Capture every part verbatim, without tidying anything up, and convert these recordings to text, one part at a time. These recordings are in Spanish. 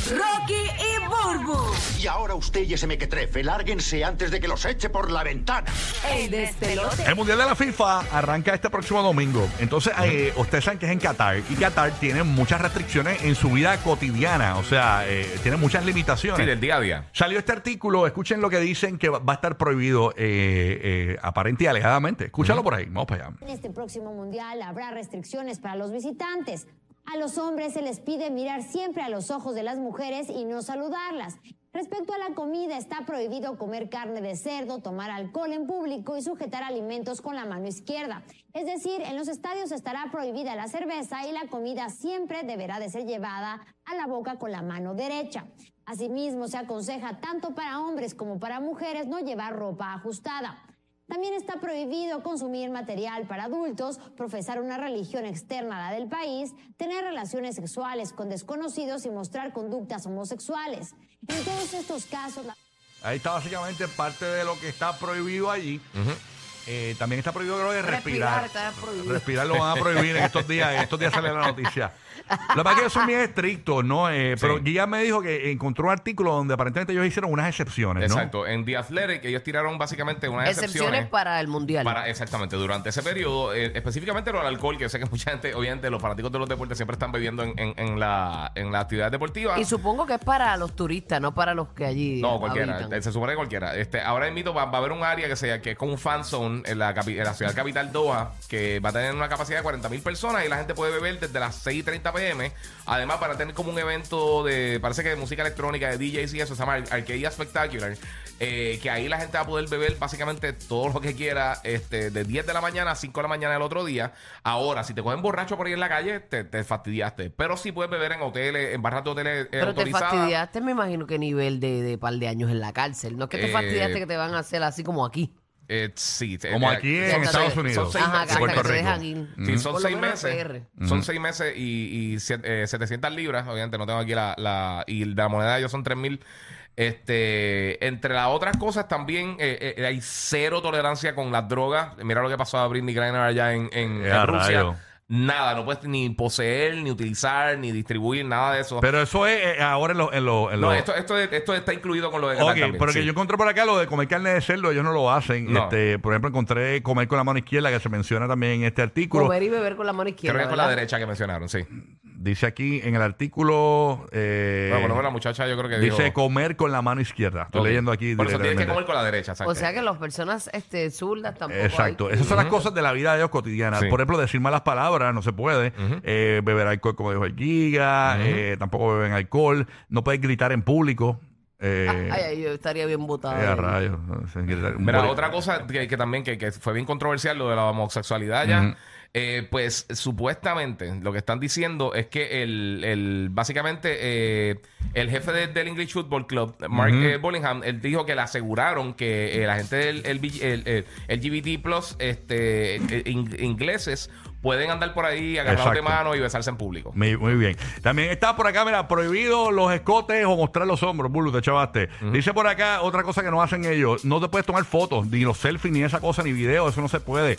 Rocky y Burbu. Y ahora usted y ese mequetrefe, lárguense antes de que los eche por la ventana. El despelote. El Mundial de la FIFA arranca este próximo domingo. Entonces, eh, ustedes saben que es en Qatar. Y Qatar tiene muchas restricciones en su vida cotidiana. O sea, eh, tiene muchas limitaciones. Sí, del día a día. Salió este artículo. Escuchen lo que dicen que va va a estar prohibido, eh, eh, aparente y alegadamente. Escúchalo por ahí. Vamos para allá. En este próximo mundial habrá restricciones para los visitantes. A los hombres se les pide mirar siempre a los ojos de las mujeres y no saludarlas. Respecto a la comida, está prohibido comer carne de cerdo, tomar alcohol en público y sujetar alimentos con la mano izquierda. Es decir, en los estadios estará prohibida la cerveza y la comida siempre deberá de ser llevada a la boca con la mano derecha. Asimismo, se aconseja tanto para hombres como para mujeres no llevar ropa ajustada. También está prohibido consumir material para adultos, profesar una religión externa a la del país, tener relaciones sexuales con desconocidos y mostrar conductas homosexuales. En todos estos casos... La... Ahí está básicamente parte de lo que está prohibido allí. Uh-huh. Eh, también está prohibido creo que respirar. Respirar, está prohibido. Respirar lo van a prohibir en estos días. En estos días sale la noticia. Lo que pasa es que ellos son bien estrictos, ¿no? Eh, sí. Pero Guía me dijo que encontró un artículo donde aparentemente ellos hicieron unas excepciones, ¿no? Exacto. En The Athletic ellos tiraron básicamente unas excepciones. excepciones para el Mundial. Para, exactamente. Durante ese periodo, eh, específicamente lo del alcohol, que yo sé que mucha gente, obviamente, los fanáticos de los deportes siempre están bebiendo en, en, en la, en la actividad deportiva. Y supongo que es para los turistas, no para los que allí No, cualquiera. habitan. Se supone que cualquiera. Este, ahora mismo va, va a haber un área que, sea, que es como un fan zone en la, capi, en la ciudad capital Doha, que va a tener una capacidad de cuarenta mil personas y la gente puede beber desde las seis y treinta pm. Además, para tener como un evento de, parece que de música electrónica, de D Js y eso, se llama Arcadia Spectacular, eh, que ahí la gente va a poder beber básicamente todo lo que quiera, este, de diez de la mañana a cinco de la mañana del otro día. Ahora, si te cogen borracho por ahí en la calle, te, te fastidiaste. Pero sí puedes beber en hoteles, en barras de hoteles eh, Pero autorizadas. te fastidiaste, me imagino que nivel de, de par de años en la cárcel. No es que te Eh, fastidiaste que te van a hacer así como aquí. Eh, sí, Como eh, aquí son en seis- Estados son Unidos. seis Ajá, meses. hasta Puerto que te Rico. dejan ir. Sí, son Por lo seis menos meses. P R. Son Ujú. seis meses y, y siete- eh, setecientas libras. Obviamente no tengo aquí la, la... Y la moneda de ellos son tres mil. Este, entre las otras cosas también eh, eh, hay cero tolerancia con las drogas. Mira lo que pasó a Britney Griner allá en, en, Eh, en a Rusia. rayo. Nada, no puedes ni poseer, ni utilizar, ni distribuir, nada de eso. Pero eso es eh, ahora en lo... En lo, en no, lo- esto, esto, esto está incluido con lo de Qatar Ok, también, pero que sí. yo encontré por acá lo de comer carne de cerdo, ellos no lo hacen. No. Este, por ejemplo, encontré comer con la mano izquierda, que se menciona también en este artículo. Comer y beber con la mano izquierda. Creo que es con la ¿verdad? derecha que mencionaron, sí. Dice aquí en el artículo... Eh, Bueno, por lo menos la muchacha yo creo que dice dijo... comer con la mano izquierda. Estoy Ok. leyendo aquí Por eso tienes que literalmente. comer con la derecha, exacto. O sea que las personas este, zurdas tampoco. Exacto. hay- Esas son las cosas de la vida de ellos cotidianas. Sí. Por ejemplo, decir malas palabras no se puede. Ujú. Eh, beber alcohol, como dijo el Giga. Ujú. eh, tampoco beben alcohol. No puedes gritar en público. Eh, Ay, ay, yo estaría bien botado. eh, a rayos. no sé, gritar- Mira, morir. otra cosa que, que también que, que fue bien controversial, lo de la homosexualidad ya, Ujú. eh, pues supuestamente lo que están diciendo es que el, el básicamente eh, el jefe de- del English Football Club, Mark Ujú. eh, Bullingham, él dijo que le aseguraron que eh, la gente del el, el, el- L G B T plus este, eh, in- ingleses pueden andar por ahí agarrados de Exacto. mano y besarse en público. Muy, muy bien. También está por acá, mira, prohibido los escotes o mostrar los hombros, Bulu, te chavaste. Dice por acá otra cosa que no hacen ellos. No te puedes tomar fotos, ni los selfies, ni esa cosa, ni videos, eso no se puede.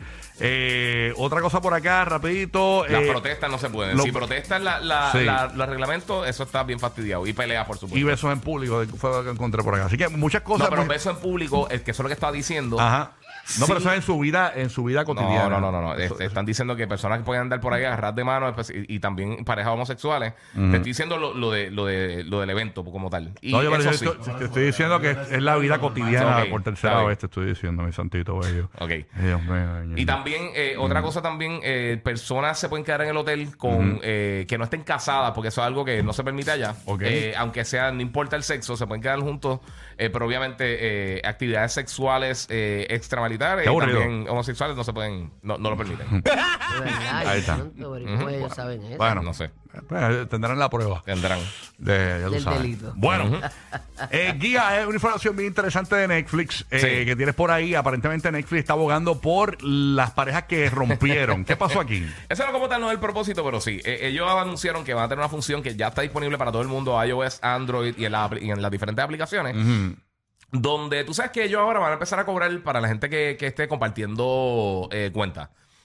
Eh, otra cosa por acá, rapidito. Las eh, protestas no se pueden. lo- Si protestan la, la, Sí. la- los reglamentos, eso está bien fastidiado. Y peleas, por supuesto. y besos en público, fue lo que encontré por acá. Así que muchas cosas. No, pero pues- beso en público, es que eso es lo que estaba diciendo. Ajá. No, Sí. pero eso es en su vida, en su vida cotidiana. No, no, no, no, no. Eso- Este, están diciendo que personas que pueden andar por ahí agarrar de mano espe- y, y también parejas homosexuales. Te estoy diciendo lo, lo de, lo, de, lo del evento como tal. Y No, yo, pero eso yo sí. estoy, te estoy diciendo que es la vida cotidiana Ok, por está tercera bien. vez, te estoy diciendo, mi santito bello. Ok. Dios mío. Y también, eh, otra cosa también, eh, personas se pueden quedar en el hotel con eh, que no estén casadas, porque eso es algo que no se permite allá. Ok. Eh, aunque sea, no importa el sexo, se pueden quedar juntos, eh, pero obviamente eh, actividades sexuales eh, extramilitares Qué y aburrido. también homosexuales no se pueden, no, no lo permiten. De verdad, Ahí está. santo, pero ¿cómo ellos saben eso? Bueno, No sé. pues, tendrán la prueba. Tendrán. De, ya tú Del sabes. delito. Bueno, eh, Guía, es una información bien interesante de Netflix eh, Sí. que tienes por ahí. Aparentemente Netflix está abogando por las parejas que rompieron. ¿Qué pasó aquí? Eso no como tal no es el propósito, pero sí. Eh, ellos anunciaron que van a tener una función que ya está disponible para todo el mundo, iOS, Android y en, la- y en las diferentes aplicaciones. Ujú. Donde tú sabes que ellos ahora van a empezar a cobrar para la gente que, que esté compartiendo eh, cuentas.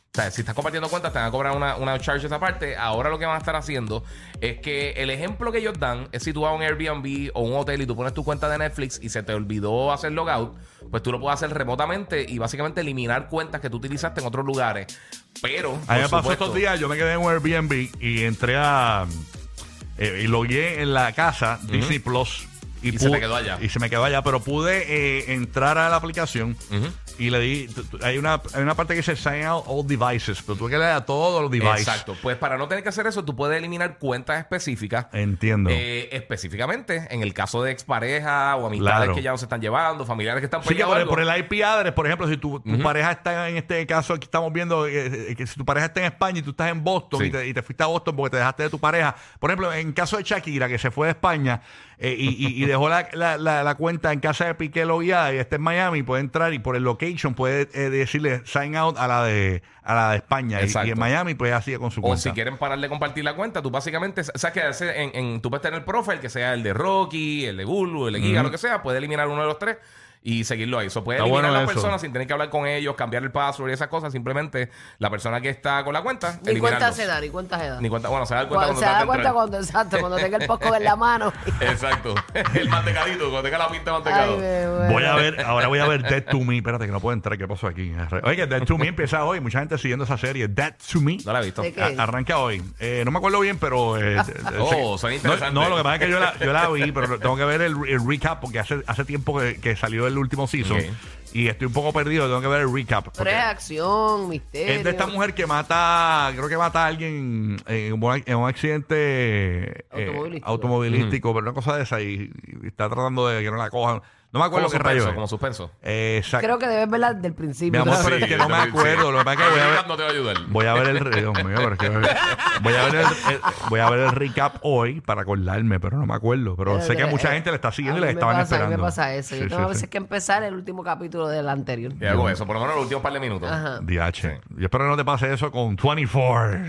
O sea, si estás compartiendo cuentas, te van a cobrar una, una charges aparte. Ahora lo que van a estar haciendo es que el ejemplo que ellos dan es si tú vas a un Airbnb o un hotel y tú pones tu cuenta de Netflix y se te olvidó hacer logout, pues tú lo puedes hacer remotamente y básicamente eliminar cuentas que tú utilizaste en otros lugares. Pero, A mí me por pasó supuesto, estos días, yo me quedé en un Airbnb y entré a... Eh, y logué en la casa Disney Plus. Y se te quedó allá. Y se me quedó allá, pero pude eh, entrar a la aplicación Ujú. y le di... t- t- Hay una, hay una parte que dice Sign out all devices, pero tuve que leer a todos los devices. Exacto. Pues para no tener que hacer eso, tú puedes eliminar cuentas específicas. Entiendo. Eh, específicamente en el caso de expareja o amistades Claro. que ya no se están llevando, familiares que están Sí, que por, peleando. por el I P address, por ejemplo, si tu, tu pareja está en este caso, aquí estamos viendo eh, eh, que si tu pareja está en España y tú estás en Boston Sí. y, te, y te fuiste a Boston porque te dejaste de tu pareja. Por ejemplo, en caso de Shakira, que se fue de España eh, y, y- y dejó la, la- la- la cuenta en casa de Piqué Loguiada y está en Miami, puede entrar y por el location puede eh, decirle sign out a la de, a la de España. Y, Exacto. y en Miami, pues ya sigue con su O cuenta. si quieren parar de compartir la cuenta, tú básicamente, sabes que hace en, en, tú puedes tener el profile, que sea el de Rocky, el de Gulu, el de Giga, lo que sea, puedes eliminar uno de los tres y seguirlo ahí. Eso puede Está eliminar bueno a las eso. personas sin tener que hablar con ellos, cambiar el password y esas cosas. Simplemente la persona que está con la cuenta, Ni cuenta eliminarlos. se da, ni cuenta se da. Ni cuenta, bueno, se da cuenta Cuando cuando se da trata de cuenta entrar. cuando, exacto, cuando tenga el postcode en la mano. Exacto. El mantecadito, cuando tenga la pinta de mantecado. Ay, me muero. Voy a ver, ahora voy a ver Dead to Me. Espérate que no puedo entrar. ¿Qué pasó aquí? Oye, que Dead to Me empieza hoy. Mucha gente siguiendo esa serie. Dead to Me. No la he visto. ¿De qué? A- arranca hoy. Eh, no me acuerdo bien, pero. eh, eh, Oh, sé- suena no, interesante. no, lo que pasa es que yo la, yo la vi, pero tengo que ver el, el recap porque hace, hace tiempo que, que salió el último season. Ok. Y estoy un poco perdido. Tengo que ver el recap. Pero porque es acción, misterio. es de esta mujer que mata. Creo que mata a alguien en un, en un accidente eh, Automovilístico. automovilístico, pero una cosa de esa. Y, y está tratando de que no la cojan. No me acuerdo Como qué rayo suspenso, es. como suspenso. Eh, exacto. Creo que debes verla del Mi principio. amor, ¿sabes? pero es que no me Sí, acuerdo. Lo que pasa es que voy a ver. No te va a ayudar. Voy a ver el, Dios mío, pero es que voy a ver el, el- voy a ver el recap hoy para acordarme, pero no me acuerdo. Pero Eh, sé que eh, mucha eh, gente le está siguiendo y a le mí me estaban pasa, esperando. A mí me pasa eso. Sí, Yo sí, tengo a sí. veces que empezar el último capítulo del anterior. Y hago eso, por lo menos los últimos par de minutos. Ajá. D H. Yo espero que no te pase eso con veinticuatro.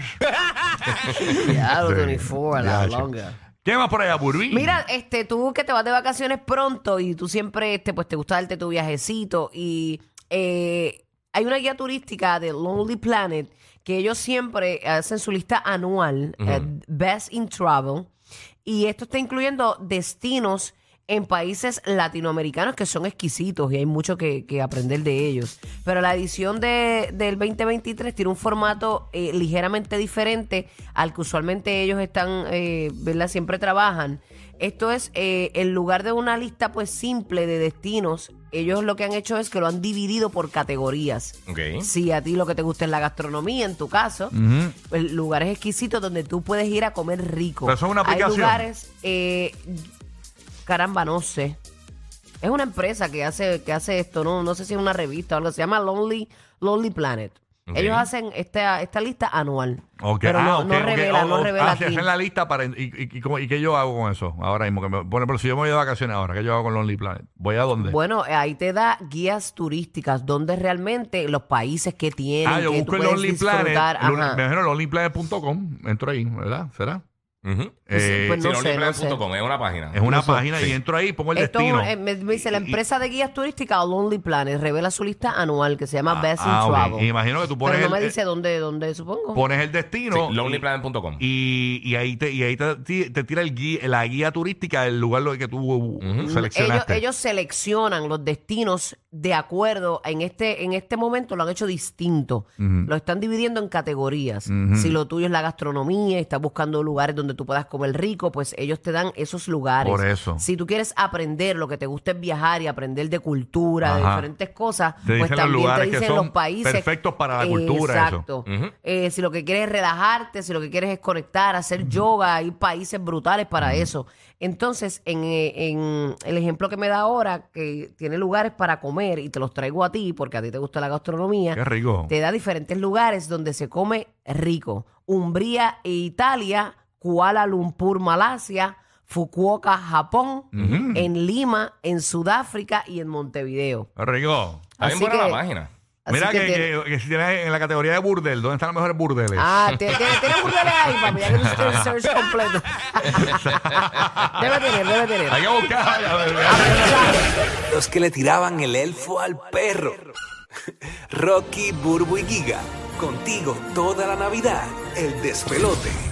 Ya, los Sí. veinticuatro, a la D H. longa. ¿Qué más por allá, Burby? Mira, este, tú que te vas de vacaciones pronto y tú siempre, este, pues te gusta darte tu viajecito y eh, hay una guía turística de Lonely Planet que ellos siempre hacen su lista anual, eh, Best in Travel, y esto está incluyendo destinos en países latinoamericanos que son exquisitos y hay mucho que, que aprender de ellos. Pero la edición de, del veinte veintitrés tiene un formato eh, ligeramente diferente al que usualmente ellos están, eh, ¿verdad? Siempre trabajan. Esto es, eh, en lugar de una lista pues simple de destinos, ellos lo que han hecho es que lo han dividido por categorías. Ok. Si a ti lo que te gusta es la gastronomía, en tu caso, Ujú. pues, lugares exquisitos donde tú puedes ir a comer rico. Pero eso es una aplicación. Hay lugares, eh, caramba, no sé. Es una empresa que hace que hace esto, no, no sé si es una revista o algo, se llama Lonely, Lonely Planet. Ok. Ellos hacen esta, esta lista anual. Ok. Pero Ah, no, ok, no ok. revela, Oh, no oh, revela ah, si aquí. hacen la lista para. ¿Y, y, y cómo- y qué yo hago con eso? Ahora mismo. Que me, por ejemplo, si yo me voy de vacaciones ahora, ¿qué yo hago con Lonely Planet? ¿Voy a dónde? Bueno, eh, ahí te da guías turísticas donde realmente los países que tienen, ah, yo que busco tú el puedes Lonely Planet. disfrutar. Lo- Ajá. Me imagino lonely planet punto com. Entro ahí, ¿verdad? ¿Será? Ujú. Eh, pues Sí, no sé, no lonelyplanet sé. punto com, es una página. Es una No sé. página y Sí. entro ahí y pongo el Esto destino. eh, me, me dice la Y- empresa de guías turísticas Lonely Planet revela su lista anual que se llama Best in ah, ok. Travel. Y imagino que tú pones Pero no el, me dice dónde, dónde supongo. pones el destino. Sí, lonelyplanet punto com. y, y ahí te, y ahí te, ti- te tira el guía, la guía turística del lugar lo que tú ellos, seleccionaste. ellos seleccionan los destinos de acuerdo, en este, en este momento lo han hecho distinto. Ujú. Lo están dividiendo en categorías. Ujú. Si lo tuyo es la gastronomía y estás buscando lugares donde tú puedas comer rico, pues ellos te dan esos lugares. Por eso. Si tú quieres aprender, lo que te gusta es viajar y aprender de cultura, de Ajá. diferentes cosas, Te pues dicen los también lugares te que dicen son los países perfectos para la cultura, eso. Exacto. Ujú. Eh, si lo que quieres es relajarte, si lo que quieres es conectar, hacer yoga, hay países brutales para eso. Entonces, en, eh, en el ejemplo que me da ahora, que tiene lugares para comer y te los traigo a ti, porque a ti te gusta la gastronomía, Qué rico. te da diferentes lugares donde se come rico. Umbría, Italia, Kuala Lumpur, Malasia, Fukuoka, Japón, en Lima, en Sudáfrica y en Montevideo. Qué rico. Está bien Así buena que- la página. Así Mira que, tiene- que- que si tienes en la categoría de burdel, ¿dónde están los mejores burdeles? Ah, tiene, tiene, tiene burdeles ahí, papi, ya que tú hiciste el search completo. debe tener, debe tener. Hay que buscar. a ver, Los que le tiraban el elfo al perro. Rocky, Burbu y Giga. Contigo toda la Navidad, El Despelote.